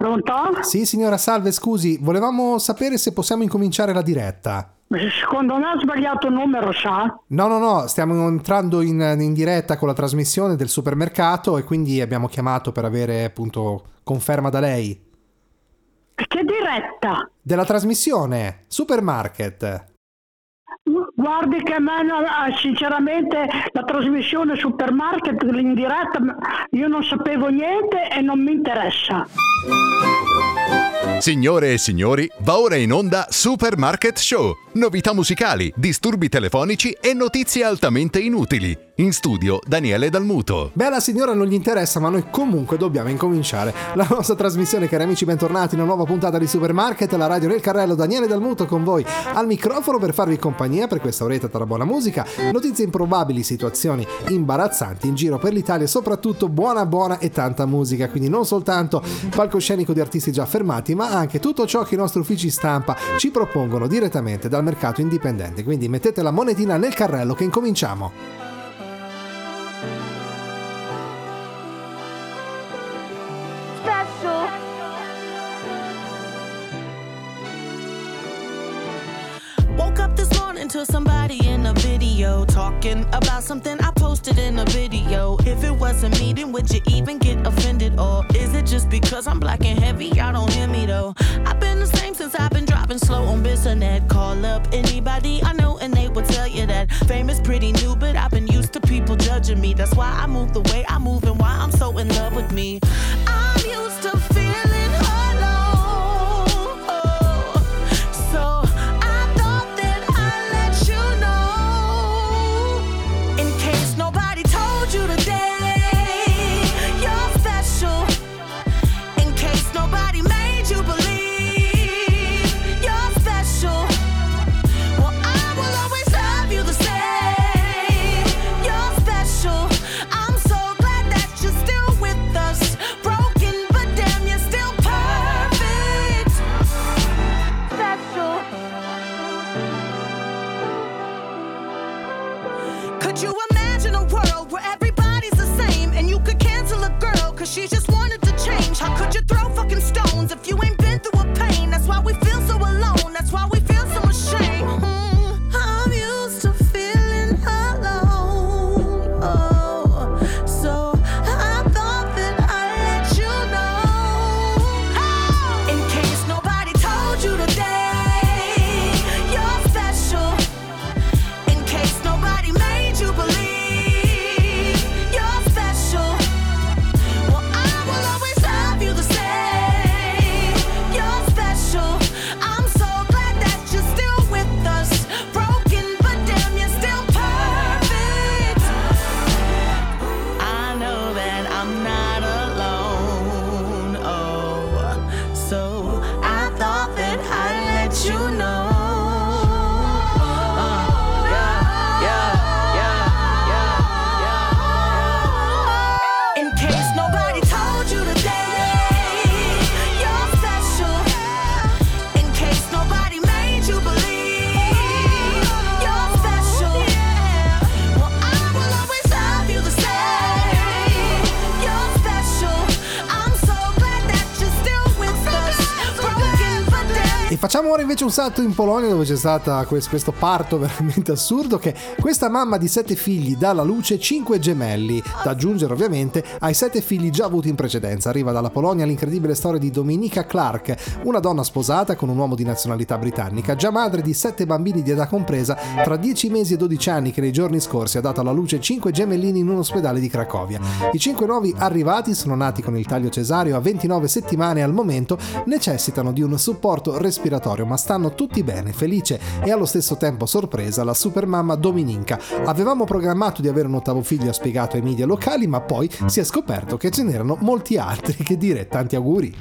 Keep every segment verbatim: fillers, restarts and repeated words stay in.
Pronto? Sì, signora, salve, scusi, volevamo sapere se possiamo incominciare la diretta. Secondo me ha sbagliato il numero, sa? No, no, no, stiamo entrando in, in diretta con la trasmissione del supermercato e quindi abbiamo chiamato per avere appunto conferma da lei. Che diretta? Della trasmissione, Supermarket. Guardi che a me, sinceramente, la trasmissione Supermarket in diretta, io non sapevo niente e non mi interessa. Signore e signori, va ora in onda Supermarket Show. Novità musicali, disturbi telefonici e notizie altamente inutili. In studio Daniele Dalmuto. Beh, alla signora non gli interessa, ma noi comunque dobbiamo incominciare la nostra trasmissione. Cari amici, bentornati in una nuova puntata di Supermarket, la radio nel carrello. Daniele Dalmuto con voi al microfono per farvi compagnia per questa oretta tra buona musica, notizie improbabili, situazioni imbarazzanti in giro per l'Italia e soprattutto buona buona e tanta musica. Quindi non soltanto palcoscenico di artisti già affermati, ma anche tutto ciò che i nostri uffici stampa ci propongono direttamente dal mercato indipendente. Quindi mettete la monetina nel carrello che incominciamo. To somebody in a video talking about something I posted in a video. If it wasn't me, then would you even get offended? Or is it just because I'm black and heavy? Y'all don't hear me though. I've been the same since I've been dropping slow on Bissonnet. Call up anybody I know and they will tell you that fame is pretty new, but I've been used to people judging me. That's why I move the way I move and why I'm so in love with me. I'm used to feeling alone, oh, so she just wanted to change. How could you throw fucking stones if you ain't been through a pain? That's why we feel so alone. That's why we feel so ashamed. Mm, I'm used to feeling alone. Oh, so I thought that I'd let you know. Oh, in case nobody told you today, you're special. In case nobody made you believe you're special. Facciamo ora invece un salto in Polonia, dove c'è stato questo parto veramente assurdo, che questa mamma di sette figli dà alla luce cinque gemelli, da aggiungere ovviamente ai sette figli già avuti in precedenza. Arriva dalla Polonia l'incredibile storia di Dominika Clark, una donna sposata con un uomo di nazionalità britannica, già madre di sette bambini di età compresa tra dieci mesi e dodici anni, che nei giorni scorsi ha dato alla luce cinque gemellini in un ospedale di Cracovia. I cinque nuovi arrivati sono nati con il taglio cesareo a ventinove settimane e al momento necessitano di un supporto respiratorio, ma stanno tutti bene. Felice e allo stesso tempo sorpresa la supermamma Dominika. Avevamo programmato di avere un ottavo figlio, ha spiegato ai media locali, ma poi si è scoperto che ce n'erano molti altri. Che dire, tanti auguri.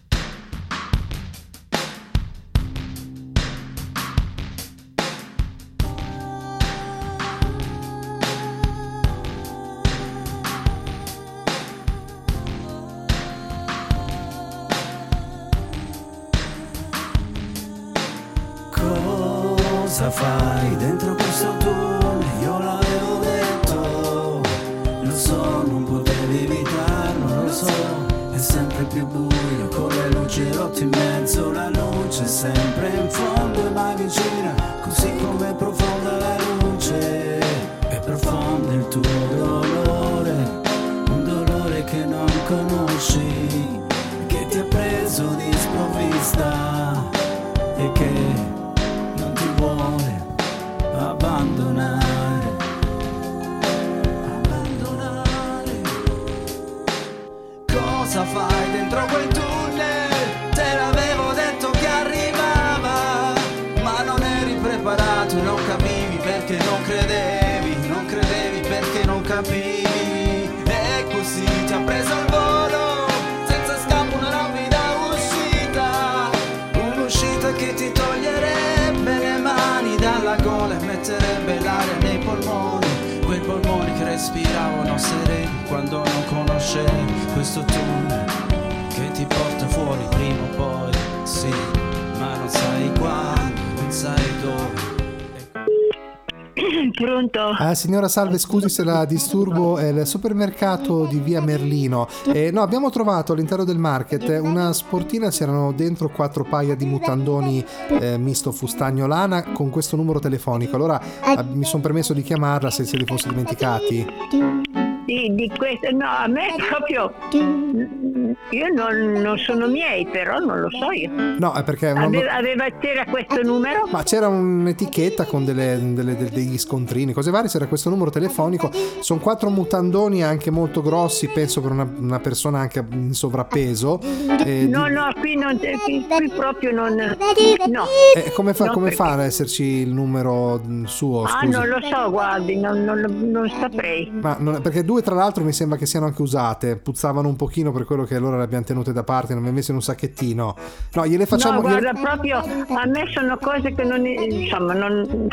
Cosa fai dentro questo tunnel? Io l'avevo detto, lo so, non potevi evitarlo, lo so, è sempre più buio, con le luci rotte in mezzo, la luce è sempre in fondo e mai vicina, così come profonda la luce, è profondo il tuo dolore, un dolore che non conosci, che ti ha preso di sprovvista e che non ti vuole abbandonare. Cosa fai dentro quel tunnel? Te l'avevo detto che arrivava, ma non eri preparato, non capivi perché non credevi, non credevi perché non capivi, e così ti ha preso il volo, senza scampo una rapida uscita, un'uscita che ti toglierebbe le mani dalla gola e metterebbe l'aria nei polmoni, quei polmoni che respiravano sereni quando non conoscevi questo tunnel che ti porta fuori prima o poi, sì, ma non sai quando, non sai dove. Pronto? Ah, signora, salve, scusi se la disturbo, è il supermercato di via Merlino. Eh, no, abbiamo trovato all'interno del market una sportina, c'erano dentro quattro paia di mutandoni eh, misto fustagno-lana con questo numero telefonico. Allora eh, mi sono permesso di chiamarla se se li fosse dimenticati. Di, di questo, no, a me proprio, io non, non sono miei, però non lo so io. No, è perché... non- Aveva, aveva- c'era questo numero? Ma c'era un'etichetta con delle, delle- de- degli scontrini, cose varie, c'era questo numero telefonico, sono quattro mutandoni anche molto grossi, penso per una, una persona anche in sovrappeso. Eh, di- No, no, qui, non, qui, qui proprio non... No. eh, come fa, No, come perché- fa ad esserci il numero mh, suo, Ah, scusi? non lo so, guardi, non, non, non saprei. Ma non- perché due tra l'altro mi sembra che siano anche usate, puzzavano un pochino, per quello che allora le abbiamo tenute da parte, non mi ha messo in un sacchettino. No, gliele facciamo... No, guarda, gliele- proprio a me sono cose che non, insomma, non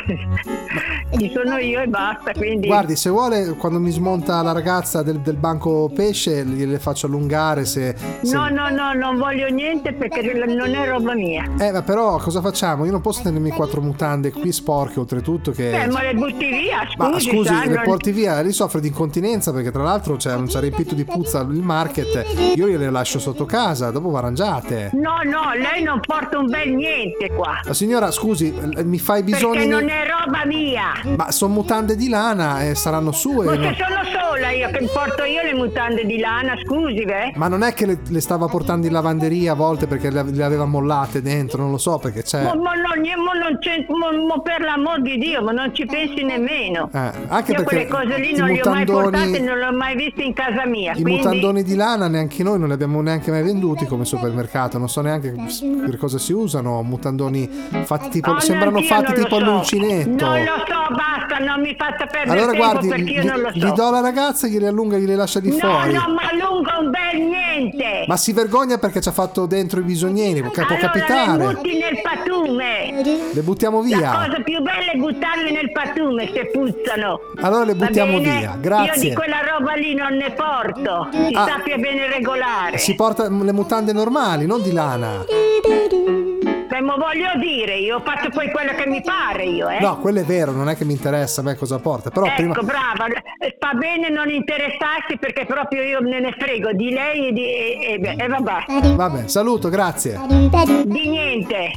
ci sono io e basta, quindi Guardi, se vuole, quando mi smonta la ragazza del, del banco pesce, gliele faccio allungare se... se- no, no, no, non voglio niente perché non è roba mia. Eh, ma però cosa facciamo? Io non posso tenermi quattro mutande qui sporche, oltretutto che... Eh, ma le butti via, scusi, Ma scusi, sa, le non- porti via, lei soffre di incontinenza perché tra l'altro c'è, c'è riempito di puzza il market, io gliele lascio sotto casa, dopo va arrangiate. No, no, lei non porta un bel niente qua. La signora, scusi, eh, mi fa i bisogni... Perché non nei- è roba mia. Ma sono mutande di lana e saranno sue. Ma no? se sono sola io che porto io le mutande di lana, scusi, beh. Ma non è che le, le stava portando in lavanderia a volte perché le, le aveva mollate dentro, non lo so perché c'è... Ma, ma non, ma non c'è, ma, ma per l'amor di Dio, ma non ci pensi nemmeno. Eh, anche Io perché quelle cose lì i non le ho mai mutandoni- portate, non le ho mai viste in casa mia. I quindi... mutandoni di lana neanche noi non li abbiamo neanche mai venduti come supermercato, non so neanche per cosa si usano, mutandoni fatti tipo, Oh, sembrano neanch'io fatti non lo tipo so. all'uncinetto. Non lo so, basta, non mi faccia perdere Allora tempo guardi, perché io gli, non lo gli so. do la ragazza, gliele allunga, gliele lascia di No, fuori. no, ma lungo un bel niente. Ma si vergogna perché ci ha fatto dentro i bisognini, può, può allora capitare. le butti nel patume. Le buttiamo La via. cosa più bella è buttarle nel patume se puzzano. Allora le Va buttiamo bene? via, grazie. Io di quella roba lì non ne porto. Si Ah. sappia bene regolare. Si porta le mutande normali, non di lana. Beh, ma voglio dire, io ho fatto poi quello che mi pare io, eh. No, quello è vero, non è che mi interessa a me cosa porta, però Ecco, prima... brava, fa bene non interessarsi perché proprio io me ne frego di lei e di... e, e, beh, e vabbè, Vabbè, saluto, grazie. di niente.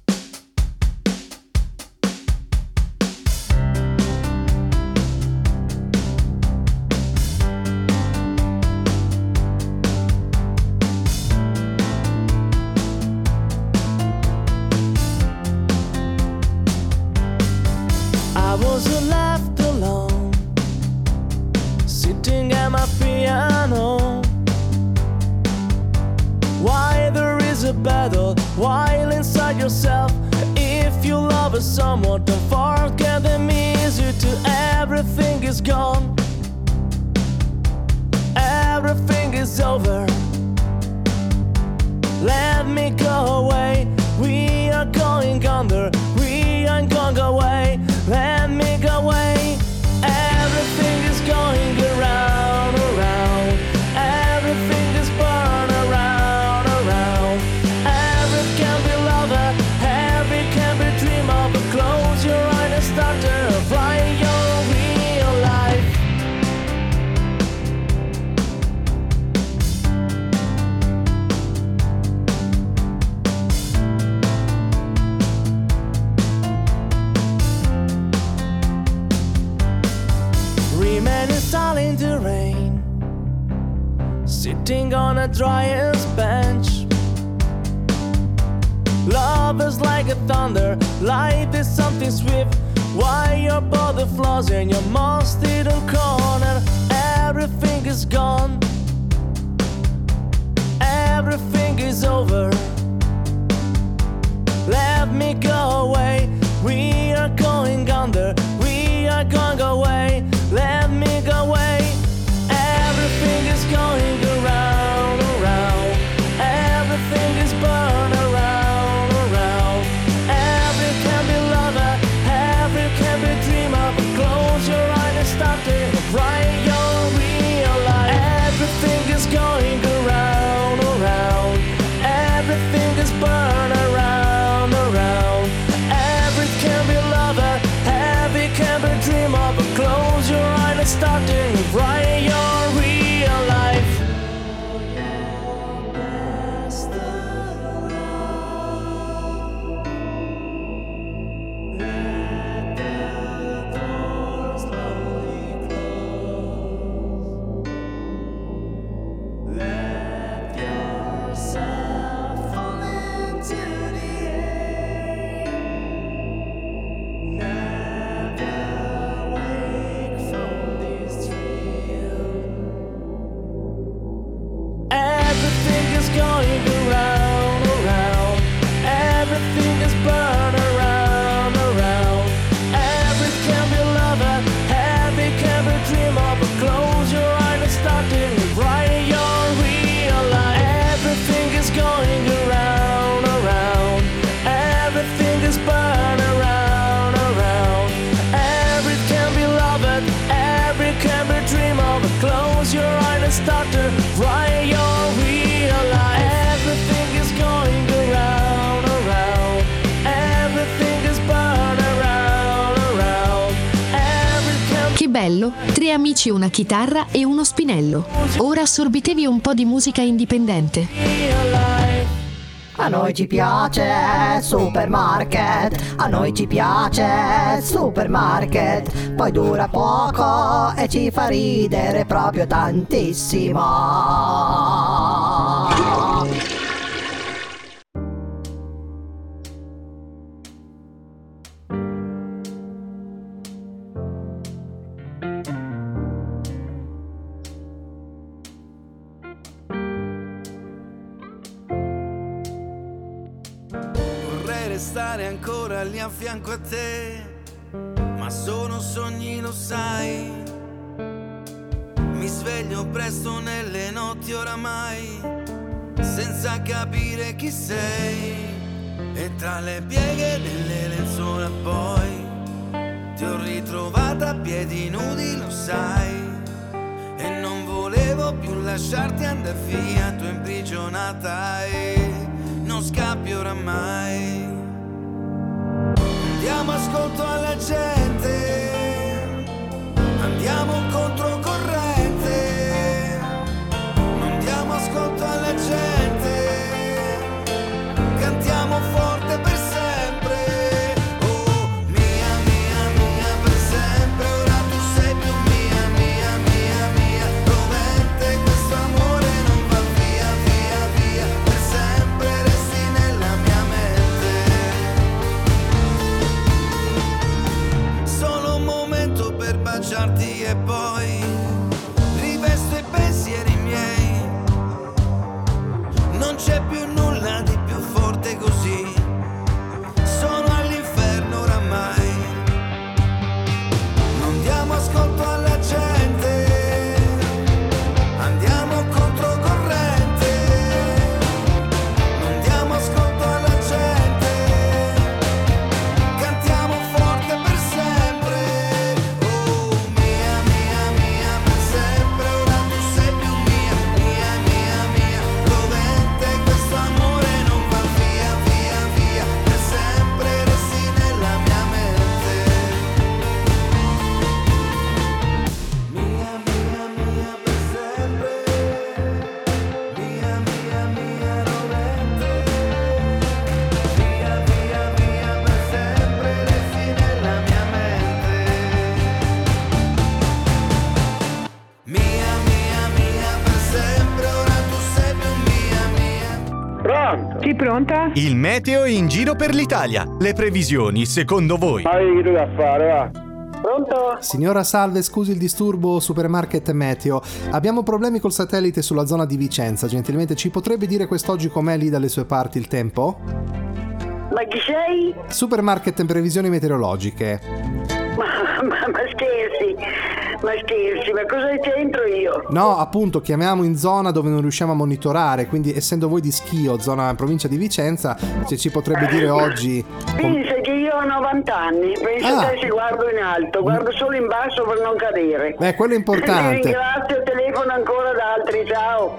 I was left alone, sitting at my piano. Why there is a battle while inside yourself? If you love someone, don't forget they miss you too. Everything is gone, everything is over. Let me go away, we are going under, we aren't going away. Let me go away. Everything is going around, around. Everything is born around, around. Every can be lover, every can be dream of. But close your eyes and start to fly your real life. sitting on a dryer's bench. Love is like a thunder, life is something swift. Why your body flows in your most hidden corner? Everything is gone, everything is over. Let me go away, we are going under, we are going away. Let me go away, everything is going around, around. Everything is burned around, around. Every can be lover, every can be dreamer. Close your eyes and start to write your real life. Everything is going around, around. Everything is burned around, around. Every can be lover, every can be dreamer. But close your eyes and start to write your real life. Everything is going around, around. Everything is burned around, around. Every can be lover, every can be dreamer. But close your eyes and start to write your real life. Everything is going around, around. Everything is burned around, around. Every can be loved, every can be dreamer. But close your eyes and start to write your real life. Everything is going around, around. Everything is burned around, around. Every can Che bello, tre amici, una chitarra e uno spinello. Ora assorbitevi un po' di musica indipendente. real life. A noi ci piace Supermarket, a noi ci piace Supermarket, poi dura poco e ci fa ridere proprio tantissimo. Vorrei restare ancora lì a fianco a te, ma sono sogni, lo sai. Mi sveglio presto nelle notti oramai, senza capire chi sei. E tra le pieghe delle lenzuola poi ti ho ritrovata a piedi nudi, lo sai. E non volevo più lasciarti andare via, tu imprigionata e non scappi oramai. Diamo ascolto alla gente, andiamo controcorrente. Non diamo ascolto alla gente, cantiamo forte per sempre. Oh, mia, mia, mia, per sempre. Ora tu sei più mia, mia, mia, mia. Rovente, questo amore non va via, via, via. Per sempre resti nella mia mente. Solo un momento per baciarti e poi rivesto i pensieri miei. Non c'è più nulla di più forte così, sono all'inferno oramai. Non diamo ascolto alla gente, andiamo controcorrente. Non diamo ascolto alla gente, cantiamo forte per sempre. Oh, mia, mia, mia, per sempre. Ora tu sei più mia, mia, mia, mia. Rovente, questo amore Pronto? Chi pronta? Il meteo in giro per l'Italia. Le previsioni, secondo voi? Ma che tu da fare, va? Pronto? Signora salve, scusi il disturbo, Supermarket Meteo. Abbiamo problemi col satellite sulla zona di Vicenza. Gentilmente ci potrebbe dire quest'oggi com'è lì dalle sue parti il tempo? Ma chi sei? Supermarket in previsioni meteorologiche. Ma, ma, ma scherzi, ma scherzi, ma cosa c'entro io? No, appunto, chiamiamo in zona dove non riusciamo a monitorare, quindi essendo voi di Schio, zona provincia di Vicenza, se ci potrebbe dire oggi... Pensa che io ho novanta anni, pensa Ah. te se guardo in alto, guardo solo in basso per non cadere. Beh, quello è Ti importante. ringrazio, telefono ancora da altri, ciao.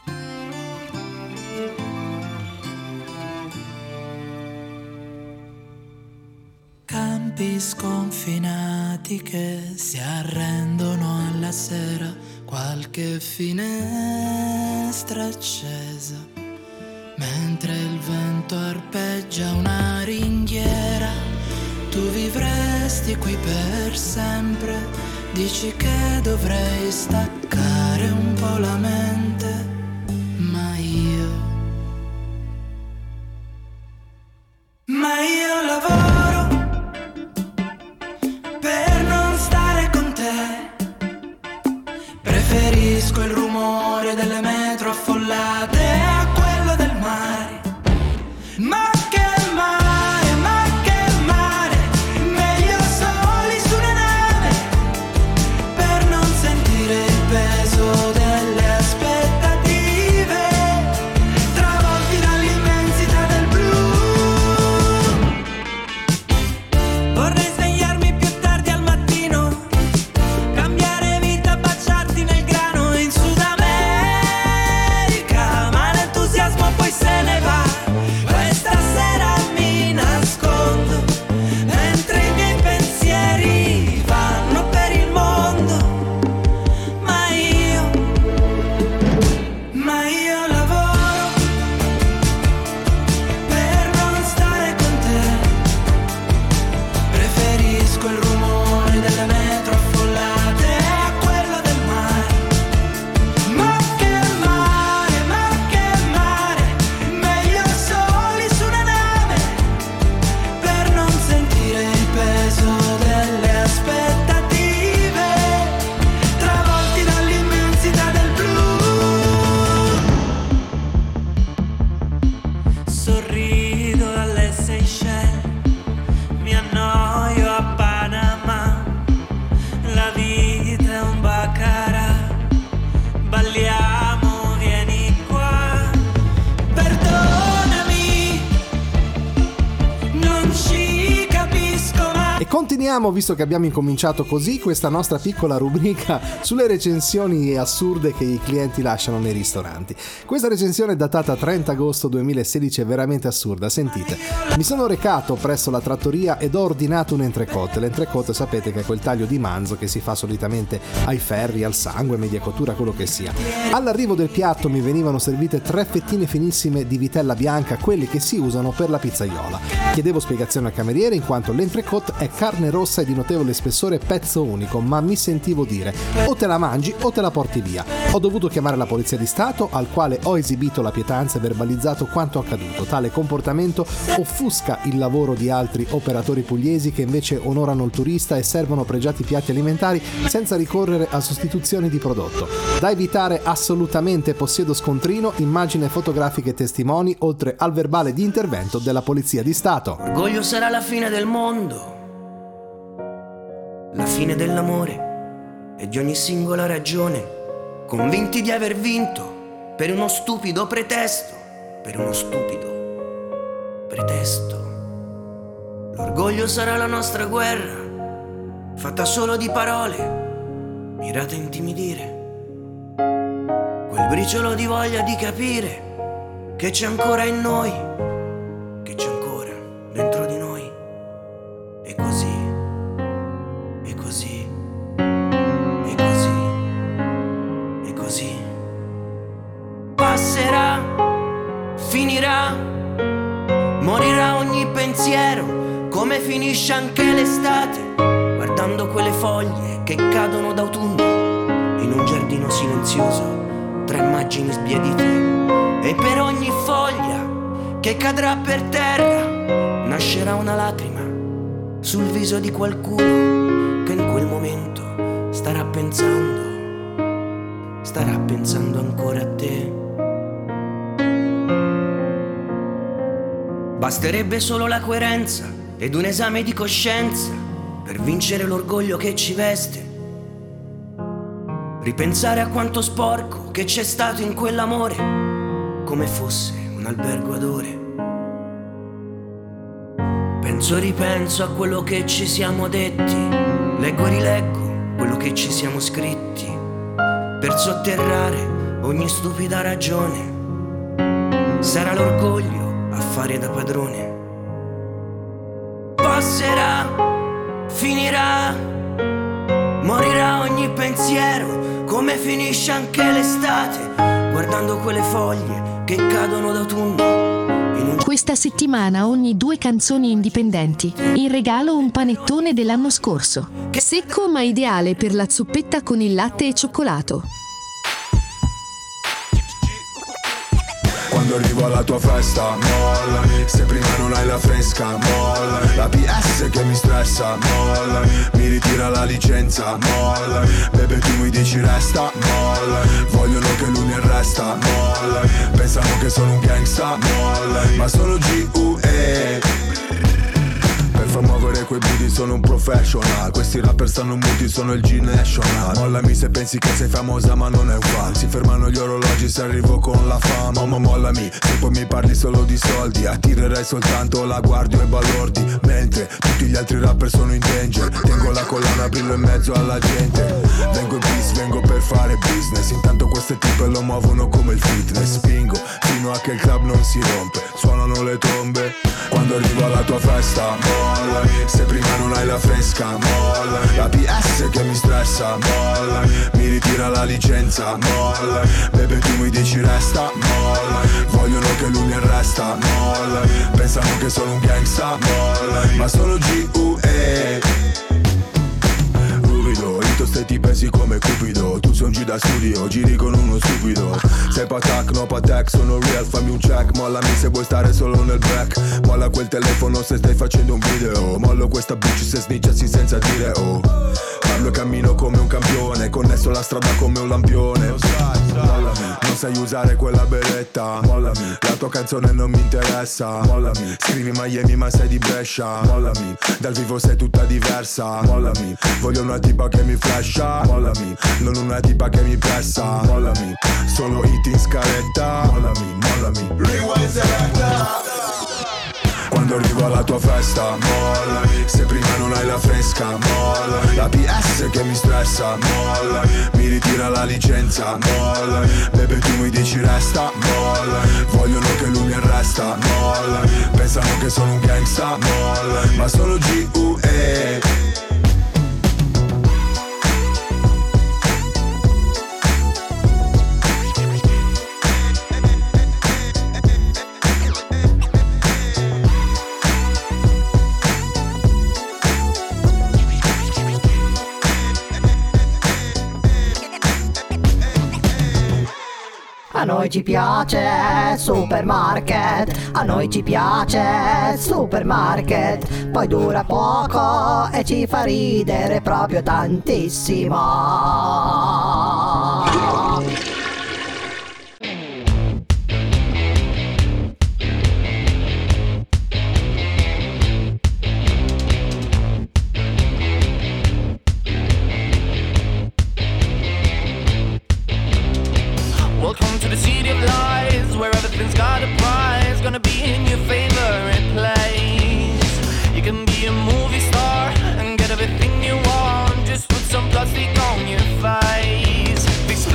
Campi sconfinati che si arrendono alla sera, qualche finestra accesa, mentre il vento arpeggia una ringhiera. Tu vivresti qui per sempre, dici che dovrei staccare un po' la mente, ma io, ma io lavoro per non stare con te. Preferisco il rumore delle metro affollate a quello del mare. Ma che mare, ma che mare, meglio soli su una nave, per non sentire il peso delle aspettative, travolti dall'immensità del blu. Vorrei svegliarmi più tardi al mattino, cambiare vita, baciarti nel grano in Sud America, ma l'entusiasmo poi se ne va. Questa sera mi nascondo, mentre i miei pensieri vanno per il mondo. Ma io, ma io lavoro per non stare con te. Preferisco il rumore delle metro affollate a quello del mare. Ma che mare, ma che mare, meglio soli su una nave, per non sentire il peso delle aspettative, travolti dall'immensità del blu. Sorrido alle Seychelles, mi annoio a Panama, la vita è un baccarat, balliamo, vieni qua, perdonami, non ci capisco mai. E continuiamo, visto che abbiamo incominciato così, questa nostra piccola rubrica sulle recensioni assurde che i clienti lasciano nei ristoranti. Questa recensione è datata trenta agosto duemilasedici, è veramente assurda. Sentite: mi sono recato presso la trattoria ed ho ordinato un entrecôte. L'entrecôte sapete che è quel taglio di manzo che si fa solitamente ai ferri, al sangue, media cottura, quello che sia. All'arrivo del piatto mi venivano servite tre fettine finissime di vitella bianca, quelle che si usano per la pizzaiola. Chiedevo spiegazione al cameriere in quanto l'entrecôte è carne rossa e di notevole spessore, pezzo unico, ma mi sentivo dire: o te la mangi o te la porti via. Ho dovuto chiamare la polizia di Stato, al quale ho esibito la pietanza e verbalizzato quanto accaduto. Tale comportamento offusca il lavoro di altri operatori pugliesi che invece onorano il turista e servono pregiati piatti alimentari senza ricorrere a sostituzioni di prodotto. Da evitare assolutamente, possiedo scontrino, immagini fotografiche e testimoni, oltre al verbale di intervento della polizia di Stato. Orgoglio sarà la fine del mondo, la fine dell'amore e di ogni singola ragione, convinti di aver vinto per uno stupido pretesto, per uno stupido pretesto. L'orgoglio sarà la nostra guerra, fatta solo di parole, mirate a intimidire, quel briciolo di voglia di capire che c'è ancora in noi, che c'è ancora dentro di noi. E così, e così, e così, e così passerà, finirà, morirà ogni pensiero, come finisce anche l'estate, guardando quelle foglie che cadono d'autunno in un giardino silenzioso tra immagini sbiadite. E per ogni foglia che cadrà per terra, nascerà una lacrima sul viso di qualcuno che in quel momento starà pensando, starà pensando ancora a te. Basterebbe solo la coerenza ed un esame di coscienza per vincere l'orgoglio che ci veste. Ripensare a quanto sporco che c'è stato in quell'amore, come fosse un albergo ad ore. Penso e ripenso a quello che ci siamo detti, leggo e rileggo quello che ci siamo scritti, per sotterrare ogni stupida ragione. Sarà l'orgoglio a fare da padrone. Passerà, finirà, morirà ogni pensiero, come finisce anche l'estate, guardando quelle foglie che cadono d'autunno. Questa settimana ogni due canzoni indipendenti. In regalo un panettone dell'anno scorso. Secco ma ideale per la zuppetta con il latte e cioccolato. Quando arrivo alla tua festa, mollami. Se prima non hai la fresca, mollami. La P S che mi stressa, mollami. Mi ritira la licenza, mollami. Bebe tu mi dici resta, mollami. Vogliono che lui mi arresta, mollami. Pensano che sono un gangsta, mollami. Ma sono G U E. Per far muovere quei booty sono un professional. Questi rapper stanno muti, sono il G-National. Mollami se pensi che sei famosa ma non è un fan. Si fermano gli orologi se arrivo con la fama. Mamma mollami, se poi mi parli solo di soldi, attirerai soltanto la guardia e balordi. Mentre tutti gli altri rapper sono in danger. Tengo la collana, brillo in mezzo alla gente. Vengo in peace, vengo per fare business. Intanto queste tipe lo muovono come il fitness. Spingo fino a che il club non si rompe. Suonano le trombe quando arrivo alla tua festa, mollami. Se prima non hai la fresca, mollami. La P S che mi stressa, mollami. Mi ritira la licenza, mollami. Bebe tu mi dici resta, mollami. Vogliono che lui mi arresta, mollami. Pensano che sono un gangsta, mollami. Ma sono G U E. Ito ste ti pensi come Cupido. Tu sei un G da studio, giri con uno stupido. Sei patak, no patak, sono real, fammi un check. Mollami se vuoi stare solo nel back. Molla quel telefono se stai facendo un video. Mollo questa bitch se snitchassi senza dire oh. Parlo e cammino come un campione, connesso la strada come un lampione. Mollami, non sai usare quella beretta. Mollami, la tua canzone non mi interessa. Mollami, scrivi Miami ma sei di Brescia. Mollami, dal vivo sei tutta diversa. Mollami, voglio una tipa che mi flasha. Mollami, non una tipa che mi pressa. Mollami, solo hit in scaletta. Mollami, mollami, rewind selecta. Quando arrivo alla tua festa, mollami. Se prima non hai la fresca, mollami. La P S che mi stressa, mollami. Mi ritira la licenza, mollami. Bebe tu mi dici resta, mollami. Vogliono che lui mi arresta, mollami. Pensano che sono un gangsta, mollami. Ma sono G U E. A noi ci piace Supermarket, a noi ci piace Supermarket, poi dura poco e ci fa ridere proprio tantissimo. Welcome to the city of lies, where everything's got a prize, gonna be in your favorite place. You can be a movie star and get everything you want, just put some plastic on your face. This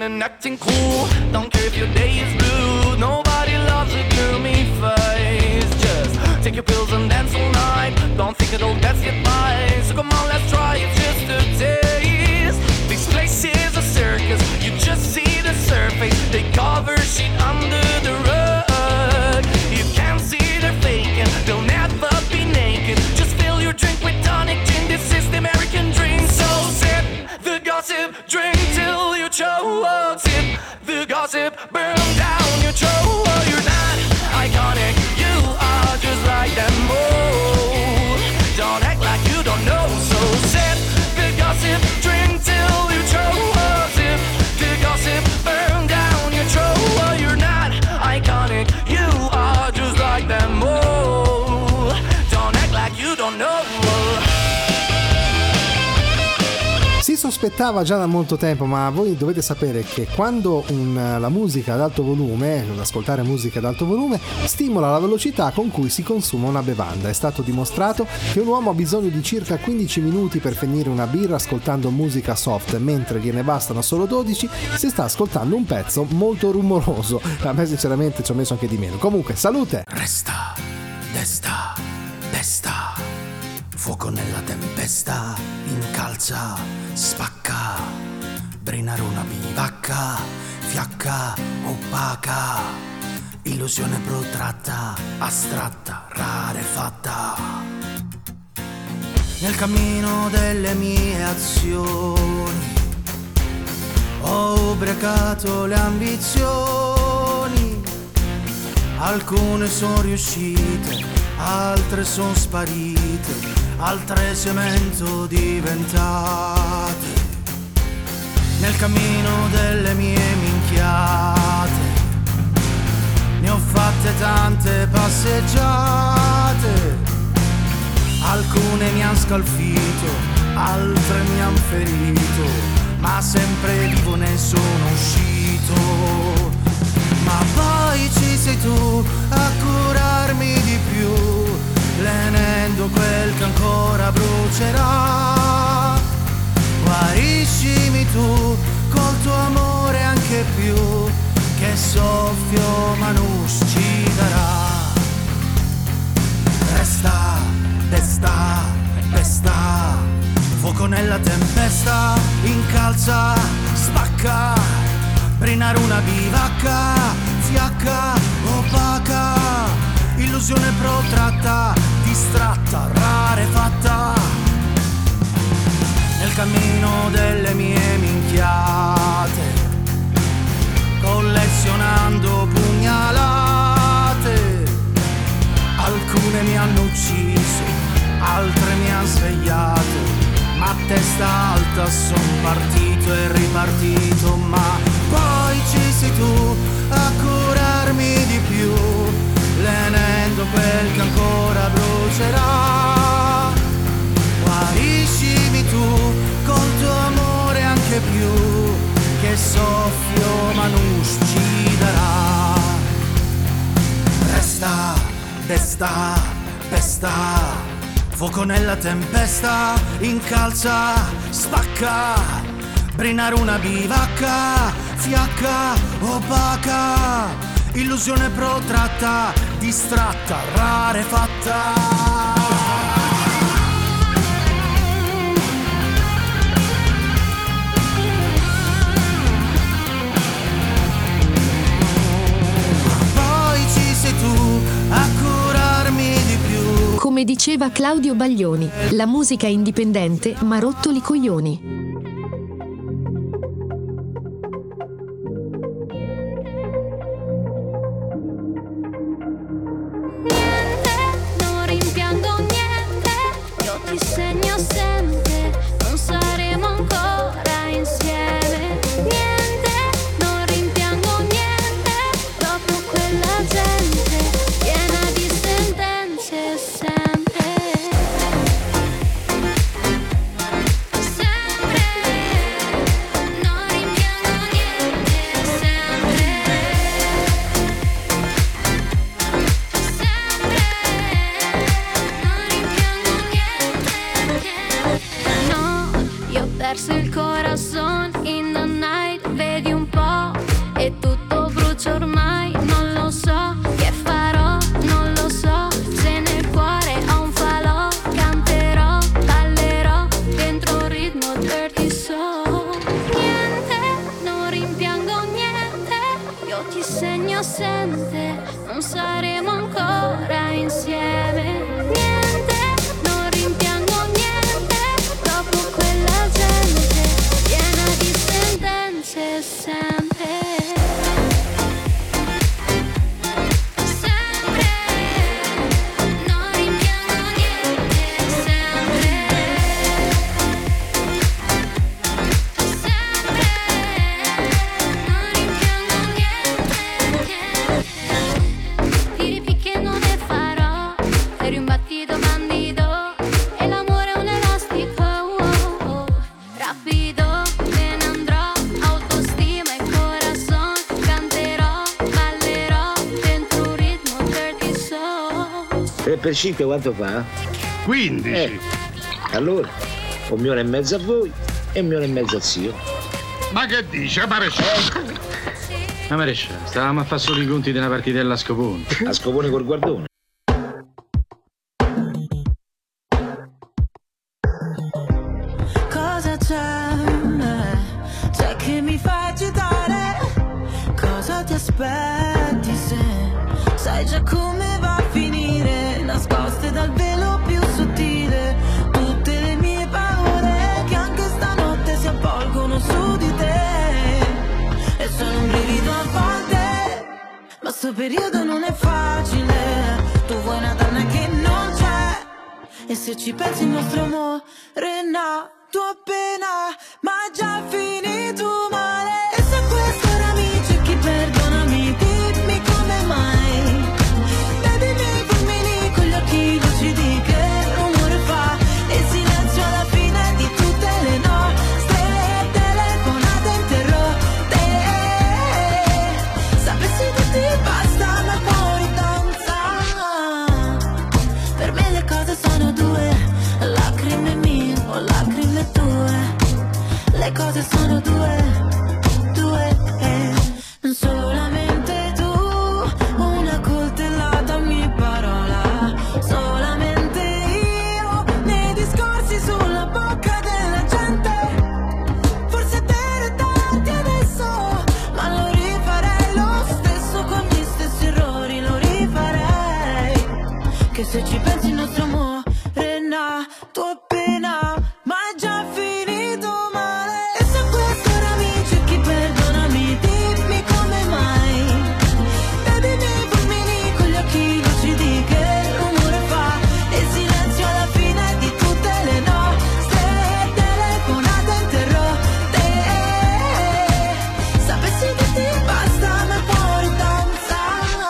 and acting cool. Don't care if your day is blue. Nobody loves a gloomy face. Just take your pills and dance all night. Don't think it'll dance get by. So come on, let's try it just a taste. This place is a circus. You just see the surface. They cover shit under the rug. You can't see they're faking. They'll never be naked. Just fill your drink with tonic gin. This is the American dream. So sip the gossip, drink till you choke. Sip the gossip, burn down your throat. You're not iconic, you are just like them all. Don't act like you don't know. So sip the gossip, drink till you choke. Sip the gossip, burn down your throat. You're not iconic, you are just like them all. Don't act like you don't know. Si sospettava già da molto tempo, ma voi dovete sapere che quando un, la musica ad alto volume, ascoltare musica ad alto volume, stimola la velocità con cui si consuma una bevanda. È stato dimostrato che un uomo ha bisogno di circa quindici minuti per finire una birra ascoltando musica soft, mentre gliene bastano solo dodici se sta ascoltando un pezzo molto rumoroso. A me sinceramente ci ho messo anche di meno. Comunque, salute! Resta, desta, testa, fuoco nella tempesta, incalza, spacca, brinare una bivacca, fiacca, opaca, illusione protratta, astratta, rarefatta. Nel cammino delle mie azioni ho ubriacato le ambizioni, alcune sono riuscite, altre sono sparite, altre cemento diventate. Nel cammino delle mie minchiate ne ho fatte tante passeggiate, alcune mi han scalfito, altre mi han ferito, ma sempre vivo ne sono uscito. Ma poi ci sei tu a curarmi di più, lenendo quel che ancora brucerà. Guariscimi tu col tuo amore anche più, che soffio ma non ci darà. Resta, testa, pesta, fuoco nella tempesta, incalza, spacca, brinare una bivacca, fiacca, opaca, illusione protratta, distratta, rarefatta. Nel cammino delle mie minchiate, collezionando pugnalate, alcune mi hanno ucciso, altre mi han svegliato, ma a testa alta son partito e ripartito. Ma poi ci sei tu a curarmi di più, lenendo quel che ancora brucerà. Guariscimi tu col tuo amore anche più, che soffio ma non ci darà. Resta, desta, pesta, fuoco nella tempesta, incalza, spacca, brinare una bivacca, fiacca, opaca, illusione protratta, distratta, rarefatta. Come diceva Claudio Baglioni, la musica è indipendente ma rotto li coglioni. Non rimpiango niente, io ti segno sempre, non saremo ancora insieme. Niente, non rimpiango niente, dopo quella gente piena di sentenze sempre. Sempre, non rimpiango niente, sempre. No, io ho perso il corazon in the night, vedi un po'. per cinque quanto fa? quindici. Eh, allora, un milione e mezzo a voi e un milione e mezzo al zio. Ma che dice, maresciallo? Ma maresciallo, stavamo a fare solo i conti di una partitella a scopone. A scopone col guardone. Cosa c'è? C'è che mi fa agitare? Cosa ti aspetti se sai già come va a finire? Nascoste dal velo più sottile tutte le mie paure che anche stanotte si avvolgono su di te. E sono un brivido a volte, ma sto periodo non è facile. Tu vuoi una donna che non c'è, e se ci pensi il nostro amore è nato appena, ma già finito male. E se questo ora mi cerchi, perdonami, dimmi come mai. Vedi i miei fulmini con gli occhi lucidi, che rumore fa il silenzio alla fine di tutte le nostre telefonate interrotte. Sapessi che ti basta ma fuori danza. Per me le cose sono due, lacrime mie o lacrime tue. Le cose sono due, due, eh. Solamente tu, una coltellata ogni parola. Solamente io, nei discorsi sulla bocca della gente. Forse te tanti adesso, ma lo rifarei lo stesso con gli stessi errori, lo rifarei. Che se ci pensi il nostro amore è nato appena, ma già finito male. E se questo ora mi cerchi, perdonami, dimmi come mai. Vedi i miei fulmini con gli occhi lucidi, che rumore fa il silenzio alla fine di tutte le nostre telefonate interrotte. Sapessi che ti basta ma fuori danza.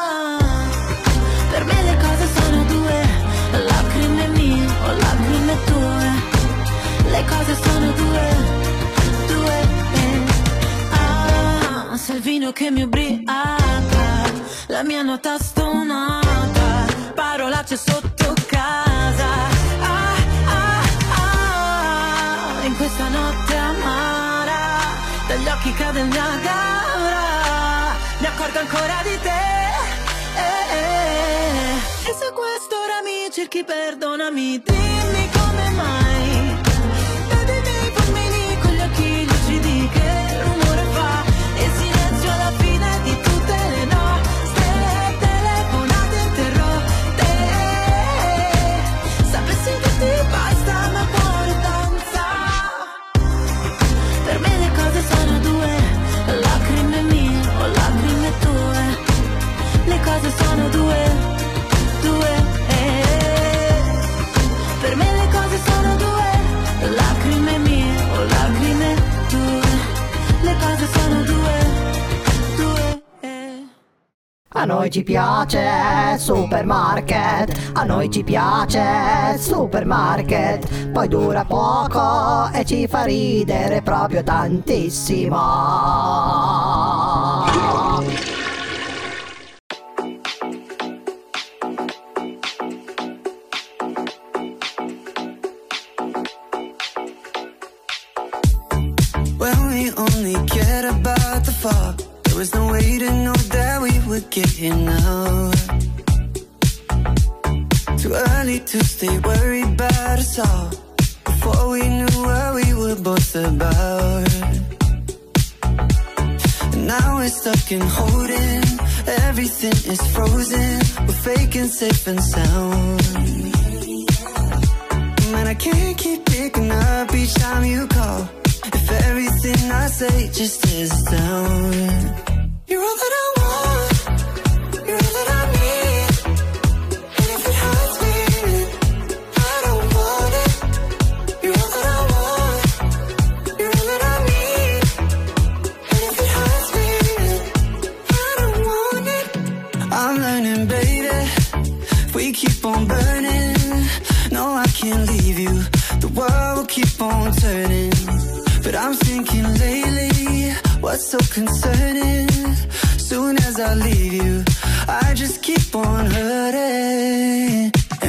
Per me le cose sono due, lacrime mie o lacrime tue. Le cose sono due, due, eh. Ah, se il vino che mi ubriaca, la mia nota stonata, parolacce sotto casa. Ah, ah, ah, in questa notte amara, dagli occhi cade il Niagara, mi accorgo ancora di te. Eh, eh. E se questo ora mi cerchi, perdonami, dimmi come mai. Vedi i miei fulmini con gli occhi lucidi, che rumore fa il silenzio alla fine di tutte le nostre telefonate interrotte. Sapessi che ti basta ma fuori danza. Per me le cose sono due, lacrime mie o lacrime tue. Le cose sono due, due, eh. Per me le cose sono due, lacrime mie o lacrime tue. Le cose sono due, due, eh. A noi ci piace Supermarket, a noi ci piace Supermarket, poi dura poco e ci fa ridere proprio tantissimo. When we only cared about the fall, there was no way to know that we would get here now. Too early to stay worried about us all, before we knew what we were both about. And now we're stuck in holding, everything is frozen, we're faking safe and sound. Man, I can't keep picking up each time you call, if everything I say just is down. You're all that I want, you're all that I need, and if it hurts me, I don't want it. You're all that I want, you're all that I need, and if it hurts me, I don't want it. I'm learning, baby, if we keep on burning, no, I can't leave you, the world will keep on turning. But I'm thinking lately, what's so concerning? Soon as I leave you, I just keep on hurting.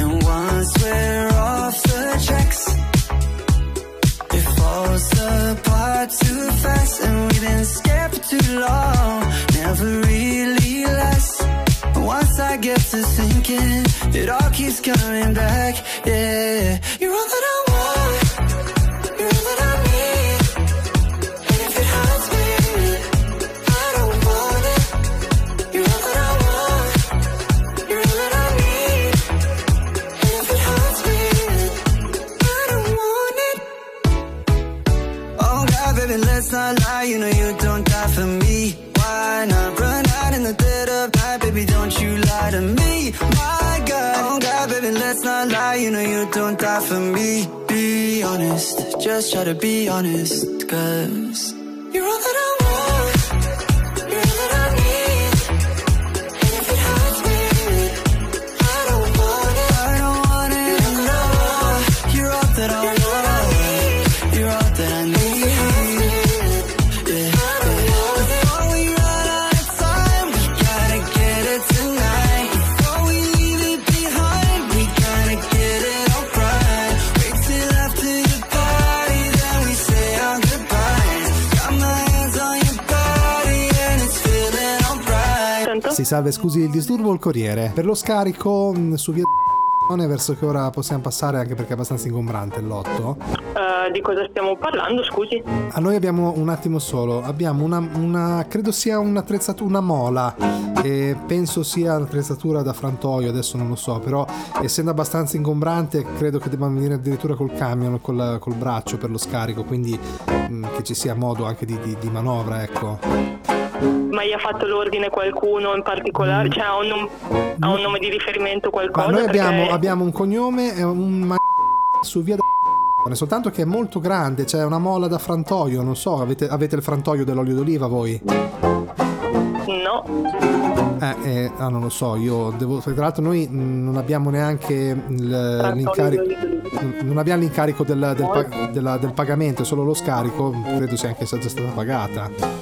we're off the tracks. It falls apart too fast, and we've been scared for too long. Never really lasts. Once I get to thinking, it all keeps coming back. Yeah, you're all that I want. You're all that I need. And if it hurts me, I don't want it. You're all that I want. You're all that I need. And if it hurts me, I don't want it. Oh God, baby, let's not lie. You know you don't die for me. Why not run out in the dead of night? Baby, don't you lie to me. My God, oh God, baby, let's not lie. You know you don't die for me. Be honest, just try to be honest. Cause you're all that I want. You're all that I need. And if it hurts me, I don't want it. I don't want it. You're all that I want. You're all that I want. You're all that I need. Sì, salve, scusi il disturbo, il Corriere. Per lo scarico mh, su via verso che ora possiamo passare, anche perché è abbastanza ingombrante il lotto. Uh, di cosa stiamo parlando, scusi? A noi abbiamo un attimo solo, abbiamo una, una credo sia un'attrezzatura, una mola, e penso sia un'attrezzatura da frantoio, adesso non lo so, però essendo abbastanza ingombrante credo che debbano venire addirittura col camion, col, col braccio per lo scarico, quindi mh, che ci sia modo anche di, di, di manovra, ecco. Ma gli ha fatto l'ordine qualcuno in particolare? Mm. Cioè ha un, nom- ha un nome di riferimento, qualcosa? Ma noi abbiamo, perché... abbiamo un cognome e un ma- su via da... soltanto che è molto grande, c'è cioè una mola da frantoio, non so, avete, avete il frantoio dell'olio d'oliva voi? No. Eh, eh, ah, non lo so, io devo... Tra l'altro noi non abbiamo neanche il, l'incarico, non abbiamo l'incarico del, del, pa- della, del pagamento, è solo lo scarico, credo sia anche già stata pagata.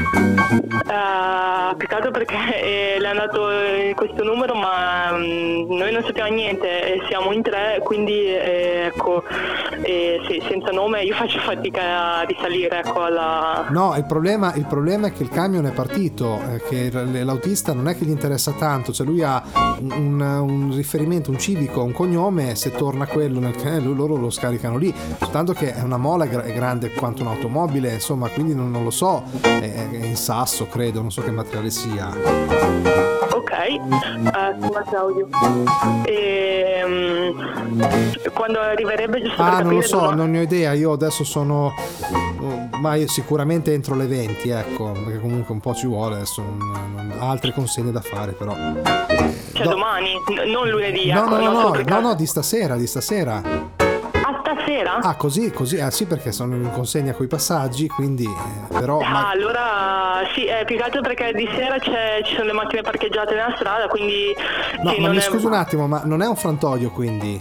Uh, peccato perché eh, le è andato eh, questo numero, ma mh, noi non sappiamo niente, eh, siamo in tre, quindi eh, ecco, eh, sì, senza nome io faccio fatica a risalire, ecco, alla... No, il problema, il problema è che il camion è partito, eh, che l'autista non è che gli interessa tanto, cioè lui ha un, un riferimento, un civico, un cognome, se torna quello nel eh, loro lo scaricano lì, soltanto che è una mola, è grande quanto un'automobile, insomma, quindi non, non lo so, è, è in sasso credo, non so che materiale sia. Ok, uh, scusa Claudio, e, um, quando arriverebbe giusto ah, per capire... non lo so, dove... non ne ho idea, io adesso sono, ma io sicuramente entro le venti, ecco, perché comunque un po' ci vuole, adesso non, non, altre consegne da fare però. Cioè Do... domani, n- non lunedì, no, ecco, no, no, non no, no, no, di stasera, di stasera. Ah, stasera? Ah, così, così, ah sì, perché sono in consegna coi passaggi, quindi eh, però... Ah, ma... allora sì, è più che altro perché di sera c'è, ci sono le macchine parcheggiate nella strada, quindi... No, sì, ma non mi è... scusi un attimo, ma non è un frantoio quindi?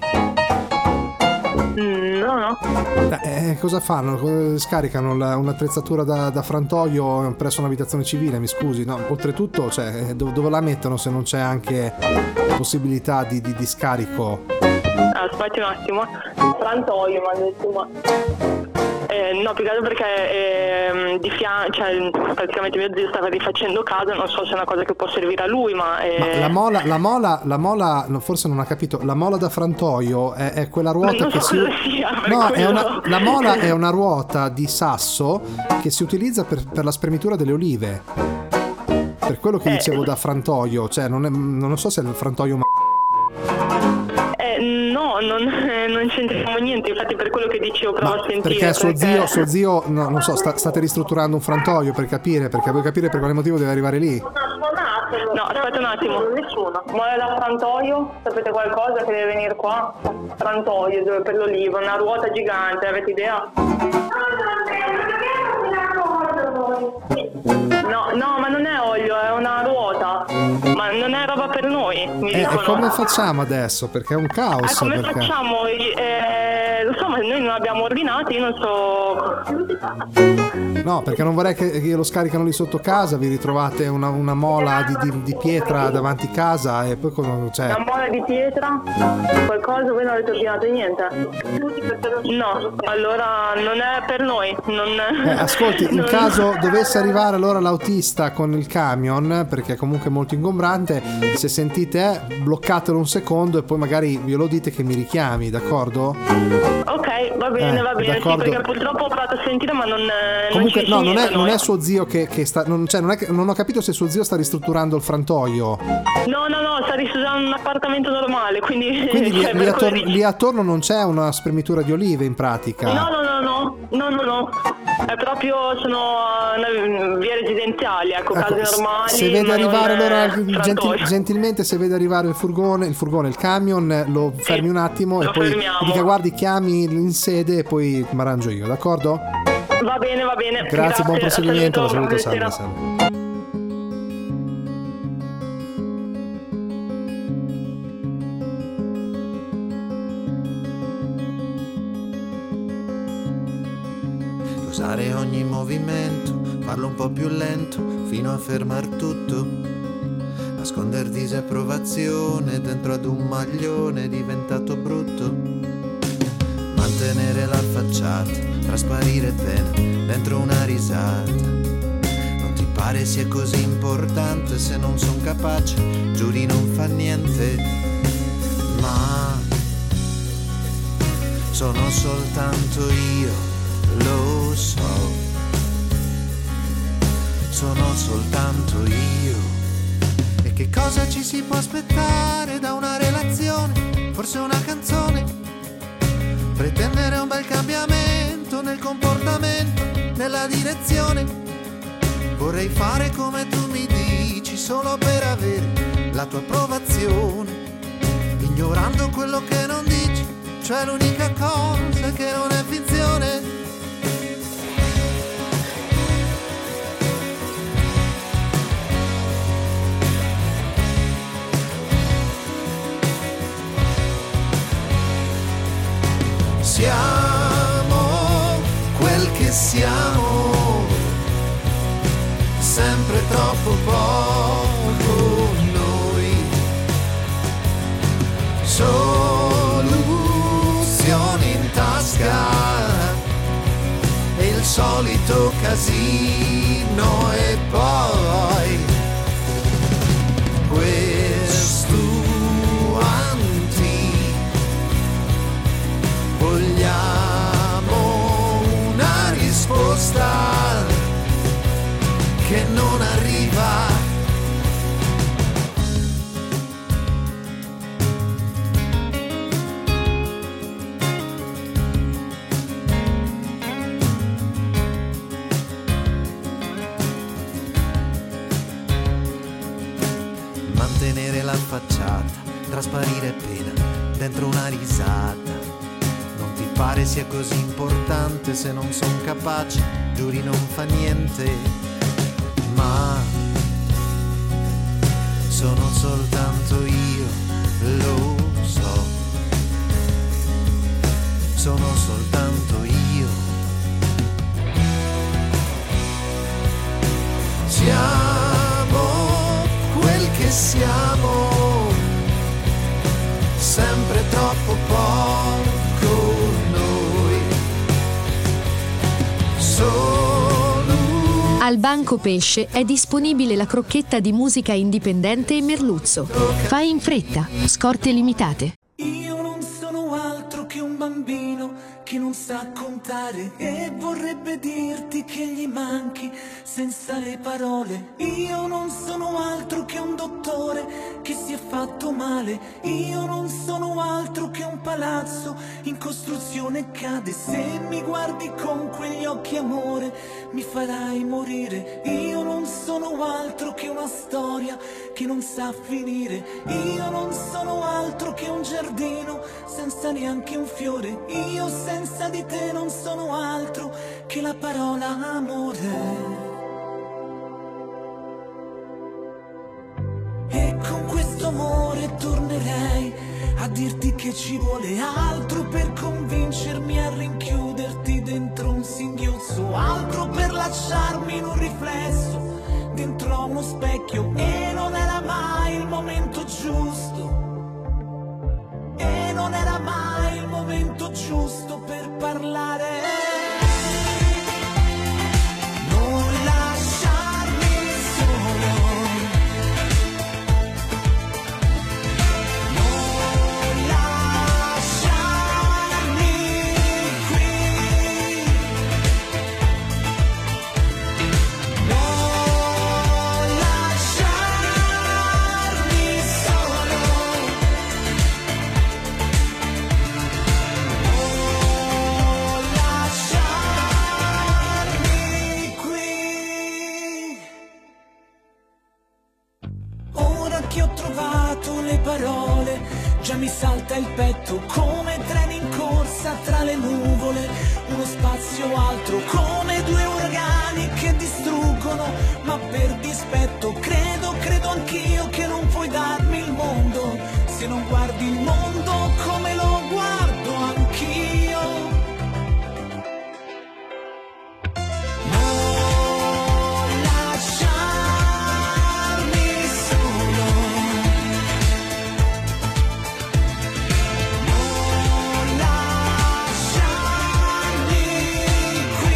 Mm, no, no. Eh, cosa fanno? Scaricano la, un'attrezzatura da, da frantoio presso un'abitazione civile, mi scusi, no? Oltretutto, cioè, dove, dove la mettono se non c'è anche possibilità di, di, di scarico? Aspetti un attimo, frantoio, ma detto, ma... Eh, no, più che altro perché eh, di fianco, cioè praticamente mio zio stava rifacendo casa, non so se è una cosa che può servire a lui, ma... Eh... ma la mola, la mola, la mola, forse non ha capito, la mola da frantoio è, è quella ruota non che so si... cosa sia, no, quello... è una, la mola è una ruota di sasso che si utilizza per, per la spremitura delle olive. Per quello che eh, dicevo da frantoio, cioè non, è, non so se è il frantoio ma... Eh, no, non, eh, non c'entriamo niente, infatti per quello che dicevo provo Ma a sentire. Perché suo perché... zio, suo zio no, non so, sta, state ristrutturando un frantoio per capire, perché vuoi capire per quale motivo deve arrivare lì? No, aspetta un attimo. Nessuno. Mola da frantoio? Sapete qualcosa che deve venire qua? Frantoio, dove per l'olivo, una ruota gigante, avete idea? No, no, ma non è olio, è una ruota. Ma non è roba per noi, mi Eh, dicono. e come facciamo adesso? Perché è un caos. Eh, come perché... facciamo? Eh, lo lo so, ma noi non abbiamo ordinato, io non so. No, perché non vorrei che, che lo scaricano lì sotto casa, vi ritrovate una, una mola di, di, di pietra davanti casa e poi con, cioè... Una mola di pietra? Qualcosa, voi non avete ordinato niente? No, allora non è per noi. Non... Eh, ascolti, in non... caso dovesse arrivare allora l'autista con il camion, perché è comunque molto ingombrante, se sentite eh, bloccatelo un secondo e poi magari glielo dite che mi richiami, d'accordo? Ok, va bene, Eh, va bene, sì, d'accordo. perché purtroppo ho provato a sentire ma non, Comunque non ci no, dice non è, niente non noi. è suo zio che, che sta, non, cioè, non, è che, non ho capito se suo zio sta ristrutturando il frantoio. No, no, no, sta ristrutturando un appartamento normale, quindi... Quindi lì, cioè, lì per attorno, quello- lì attorno non c'è una spremitura di olive in pratica. No, no, no, no, no, no, no, è proprio, sono uh, vie residenziali, ecco, Ecco, case s- normali. se vede ma non, arrivare allora eh, gentil- frantoio. gentilmente se vede arrivare il furgone, il furgone, il camion, lo fermi un attimo e lo poi fermiamo. dica guardi, chiami in sede e poi mi arrangio io, d'accordo? Va bene, va bene. Grazie, buon proseguimento, la saluto, salve, buonasera. salve. Usare ogni movimento, farlo un po' più lento, fino a fermar tutto. Nasconder disapprovazione dentro ad un maglione diventato brutto. Mantenere la facciata, trasparire pena dentro una risata. Non ti pare sia così importante se non son capace, giuri non fa niente. Ma sono soltanto io. Lo so, sono soltanto io. E che cosa ci si può aspettare da una relazione? Forse una canzone? Pretendere un bel cambiamento nel comportamento, nella direzione. Vorrei fare come tu mi dici, solo per avere la tua approvazione, ignorando quello che non dici, cioè l'unica cosa che non è finzione. Siamo quel che siamo, sempre troppo poco noi. Soluzioni in tasca e il solito casino e poi questo vogliamo una risposta che non arriva. Mantenere la facciata, trasparire appena dentro una risata. Pare sia così importante se non son capace, giuri non fa niente. Ma sono soltanto io, lo so. Sono soltanto io. Siamo quel che siamo, sempre troppo poco. Al Banco Pesce è disponibile la crocchetta di musica indipendente e merluzzo. Fai in fretta, scorte limitate. Io non sono altro che un bambino che non sa contare e vorrebbe dirti che gli manchi senza le parole. Io non sono altro che un dottore che si è fatto male. Io non sono altro che un palazzo in costruzione cade. Se mi guardi con quegli occhi amore mi farai morire. Io non sono altro che una storia che non sa finire. Io non sono altro che un giardino senza neanche un fiore. Io senza di te non sono altro che la parola amore. E con questo amore tornerei a dirti che ci vuole altro per convincermi a rinchiuderti dentro un singhiozzo, altro per lasciarmi in un riflesso dentro a uno specchio. E non era mai il momento giusto, e non era mai il momento giusto per parlare. Non lasciarmi solo, non lasciarmi qui, non lasciarmi solo, non lasciarmi qui. Ora che ho trovato le parole, già mi salta il petto come treni in corsa tra le nuvole, uno spazio altro come due uragani che distruggono, ma per dispetto credo, credo anch'io che non puoi darmi il mondo se non guardi il mondo come lo guardo anch'io. Non lasciarmi solo, non lasciarmi qui,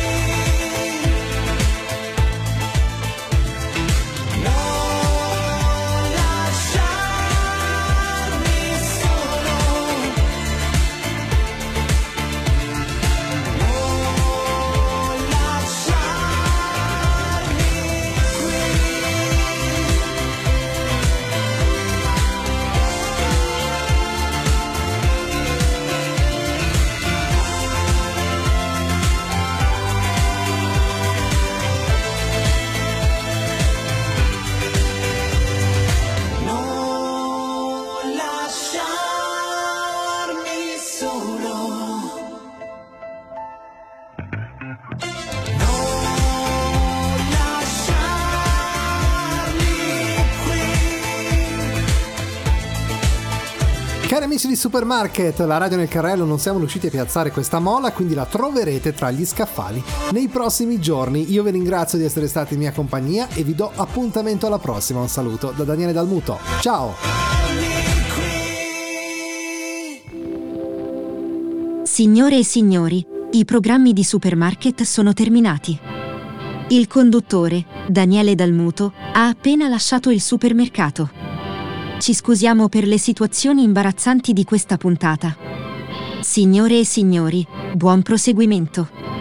non lasciarmi solo, non lasciarmi solo, non lasciarmi qui. Cari amici di Supermarket, la radio nel carrello, non siamo riusciti a piazzare questa molla, quindi la troverete tra gli scaffali nei prossimi giorni. Io vi ringrazio di essere stati in mia compagnia e vi do appuntamento alla prossima. Un saluto da Daniele Dalmuto. Ciao! Signore e signori, i programmi di Supermarket sono terminati. Il conduttore, Daniele Dalmuto, ha appena lasciato il supermercato. Ci scusiamo per le situazioni imbarazzanti di questa puntata. Signore e signori, buon proseguimento.